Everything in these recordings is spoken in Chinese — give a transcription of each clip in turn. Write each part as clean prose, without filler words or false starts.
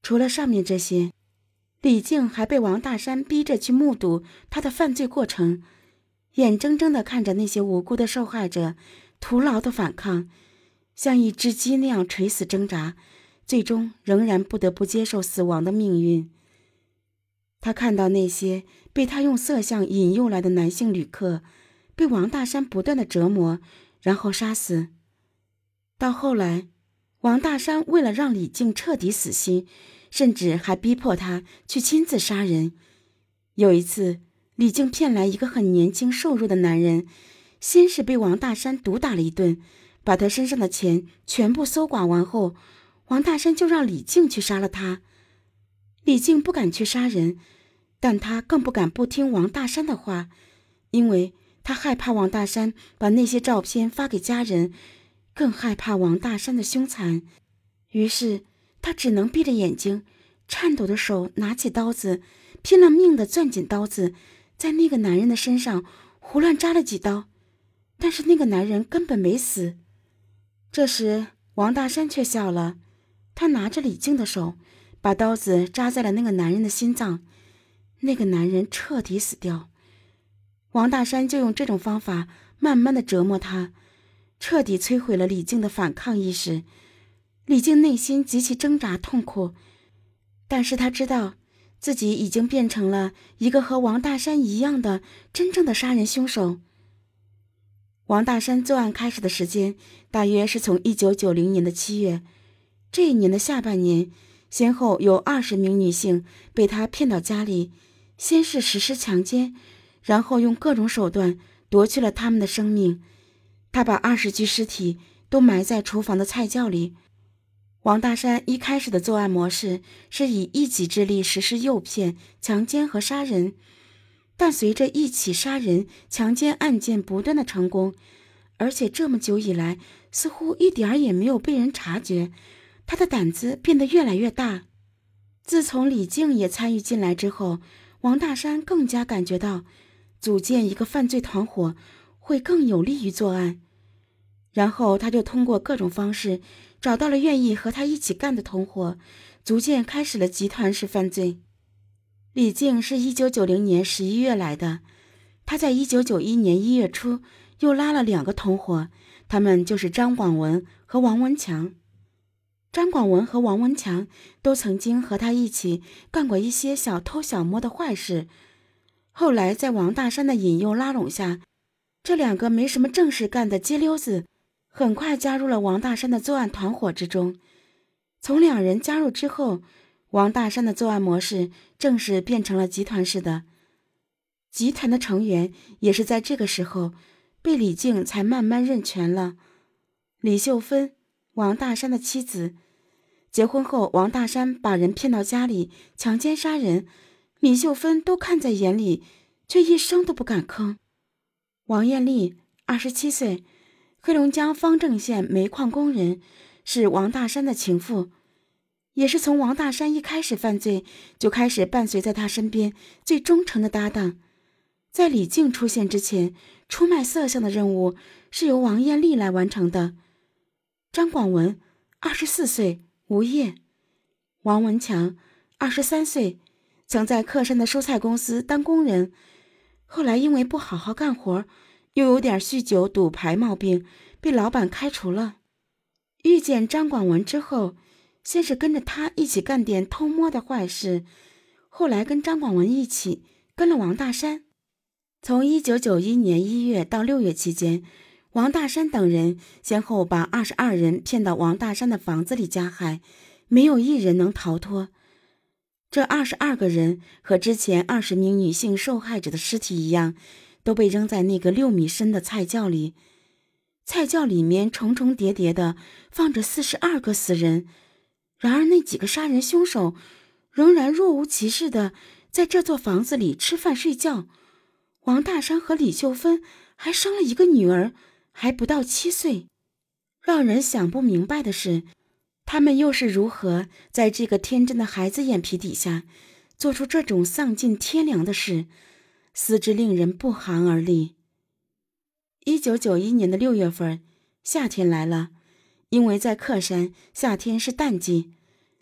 除了上面这些，李靖还被王大山逼着去目睹他的犯罪过程，眼睁睁地看着那些无辜的受害者徒劳的反抗，像一只鸡那样垂死挣扎，最终仍然不得不接受死亡的命运。他看到那些被他用色相引诱来的男性旅客被王大山不断的折磨，然后杀死。到后来，王大山为了让李靖彻底死心，甚至还逼迫他去亲自杀人。有一次，李靖骗来一个很年轻瘦弱的男人，先是被王大山毒打了一顿，把他身上的钱全部搜刮完后，王大山就让李靖去杀了他。李靖不敢去杀人，但他更不敢不听王大山的话，因为他害怕王大山把那些照片发给家人，更害怕王大山的凶残。于是他只能闭着眼睛，颤抖的手拿起刀子，拼了命地攥紧刀子，在那个男人的身上胡乱扎了几刀，但是那个男人根本没死。这时王大山却笑了，他拿着李靖的手，把刀子扎在了那个男人的心脏，那个男人彻底死掉。王大山就用这种方法慢慢地折磨他，彻底摧毁了李靖的反抗意识。李靖内心极其挣扎痛苦，但是他知道自己已经变成了一个和王大山一样的真正的杀人凶手。王大山作案开始的时间大约是从1990年的7月，这一年的下半年，先后有20名女性被他骗到家里，先是实施强奸，然后用各种手段夺去了他们的生命。他把20具尸体都埋在厨房的菜窖里。王大山一开始的作案模式是以一己之力实施诱骗、强奸和杀人，但随着一起杀人、强奸案件不断的成功，而且这么久以来似乎一点儿也没有被人察觉，他的胆子变得越来越大。自从李靖也参与进来之后，王大山更加感觉到组建一个犯罪团伙会更有利于作案。然后他就通过各种方式找到了愿意和他一起干的同伙，逐渐开始了集团式犯罪。李靖是1990年11月来的，他在1991年1月初又拉了2个同伙，他们就是张广文和王文强。张广文和王文强都曾经和他一起干过一些小偷小摸的坏事，后来在王大山的引诱拉拢下，这2个没什么正事干的街溜子很快加入了王大山的作案团伙之中。从2人加入之后，王大山的作案模式正式变成了集团式的。集团的成员也是在这个时候被李靖才慢慢认全了。李秀芬，王大山的妻子，结婚后王大山把人骗到家里强奸杀人，李秀芬都看在眼里，却一声都不敢吭。王艳丽，27岁，黑龙江方正县煤矿工人，是王大山的情妇，也是从王大山一开始犯罪就开始伴随在他身边最忠诚的搭档。在李靖出现之前，出卖色相的任务是由王艳丽来完成的。张广文，24岁，无业。王文强，23岁，曾在克山的蔬菜公司当工人，后来因为不好好干活，又有点酗酒赌牌毛病，被老板开除了。遇见张广文之后，先是跟着他一起干点偷摸的坏事，后来跟张广文一起跟了王大山。从1991年1月到6月期间，王大山等人先后把22人骗到王大山的房子里加害，没有一人能逃脱。这22个人和之前20名女性受害者的尸体一样，都被扔在那个6米深的菜窖里。菜窖里面重重叠叠的放着42个死人，然而那几个杀人凶手仍然若无其事的在这座房子里吃饭睡觉。王大山和李秀芬还生了一个女儿，还不到7岁。让人想不明白的是，他们又是如何在这个天真的孩子眼皮底下做出这种丧尽天良的事，思之令人不寒而栗。1991年的6月份，夏天来了。因为在克山夏天是淡季，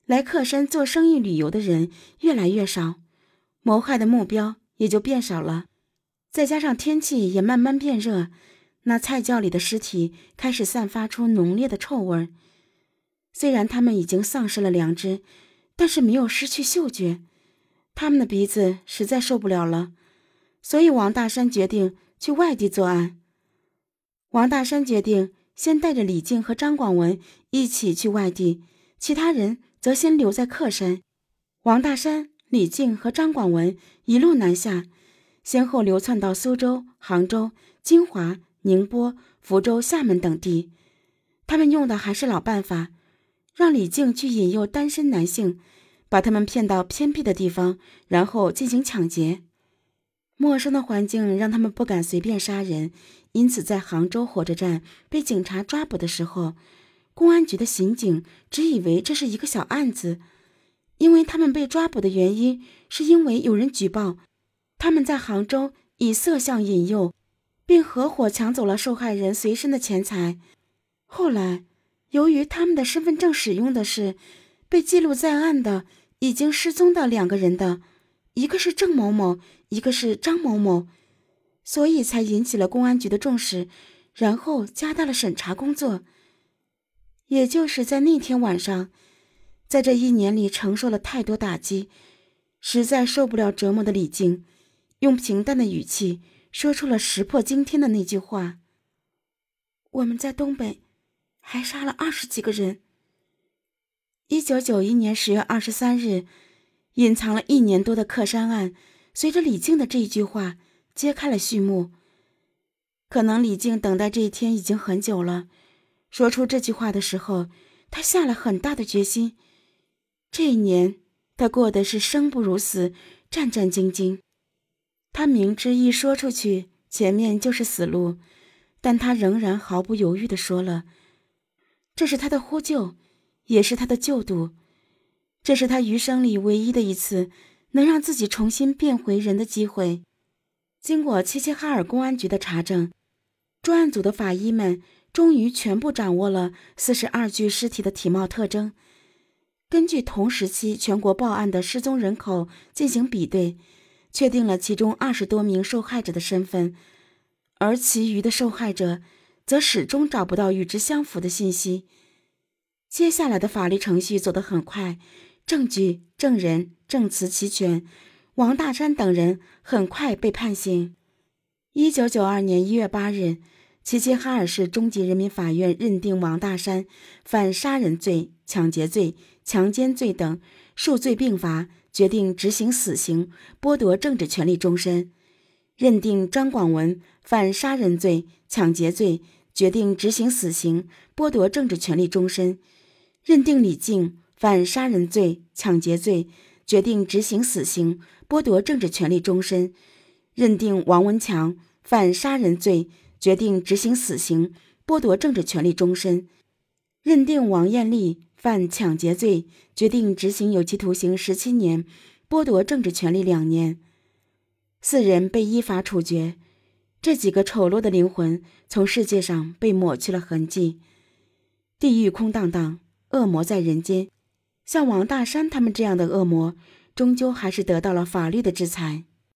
来克山做生意旅游的人越来越少，谋害的目标也就变少了。再加上天气也慢慢变热，那菜窖里的尸体开始散发出浓烈的臭味。虽然他们已经丧失了良知，但是没有失去嗅觉。他们的鼻子实在受不了了，所以王大山决定去外地作案。王大山决定先带着李靖和张广文一起去外地，其他人则先留在克山。王大山、李靖和张广文一路南下，先后流窜到苏州、杭州、金华、宁波、福州、厦门等地。他们用的还是老办法，让李靖去引诱单身男性，把他们骗到偏僻的地方，然后进行抢劫。陌生的环境让他们不敢随便杀人，因此在杭州火车站被警察抓捕的时候，公安局的刑警只以为这是一个小案子，因为他们被抓捕的原因是因为有人举报他们在杭州以色相引诱，并合伙抢走了受害人随身的钱财。后来由于他们的身份证使用的是被记录在案的已经失踪的2个人的，一个是郑某某，一个是张某某，所以才引起了公安局的重视，然后加大了审查工作。也就是在那天晚上，在这1年里承受了太多打击，实在受不了折磨的李靖，用平淡的语气说出了石破惊天的那句话：我们在东北还杀了20几个人。1991年10月23日，隐藏了1年多的克山案，随着李靖的这一句话揭开了序幕。可能李靖等待这一天已经很久了，说出这句话的时候，他下了很大的决心。这一年，他过的是生不如死，战战兢兢。他明知一说出去，前面就是死路，但他仍然毫不犹豫地说了。这是他的呼救，也是他的救度，这是他余生里唯一的一次能让自己重新变回人的机会。经过齐齐哈尔公安局的查证，专案组的法医们终于全部掌握了42具尸体的体貌特征。根据同时期全国报案的失踪人口进行比对，确定了其中20多名受害者的身份，而其余的受害者则始终找不到与之相符的信息。接下来的法律程序走得很快，证据、证人、证词齐全，王大山等人很快被判刑。1992年1月8日，齐齐哈尔市中级人民法院认定王大山犯杀人罪、抢劫罪、强奸罪等数罪并罚，决定执行死刑，剥夺政治权利终身。认定张广文犯杀人罪、抢劫罪，决定执行死刑，剥夺政治权利终身。认定李靖犯杀人罪、抢劫罪，决定执行死刑，剥夺政治权利终身。认定王文强犯杀人罪，决定执行死刑，剥夺政治权利终身。认定王艳丽犯抢劫罪，决定执行有期徒刑17年，剥夺政治权利2年。4人被依法处决。这几个丑陋的灵魂从世界上被抹去了痕迹。地狱空荡荡，恶魔在人间，像王大山他们这样的恶魔，终究还是得到了法律的制裁。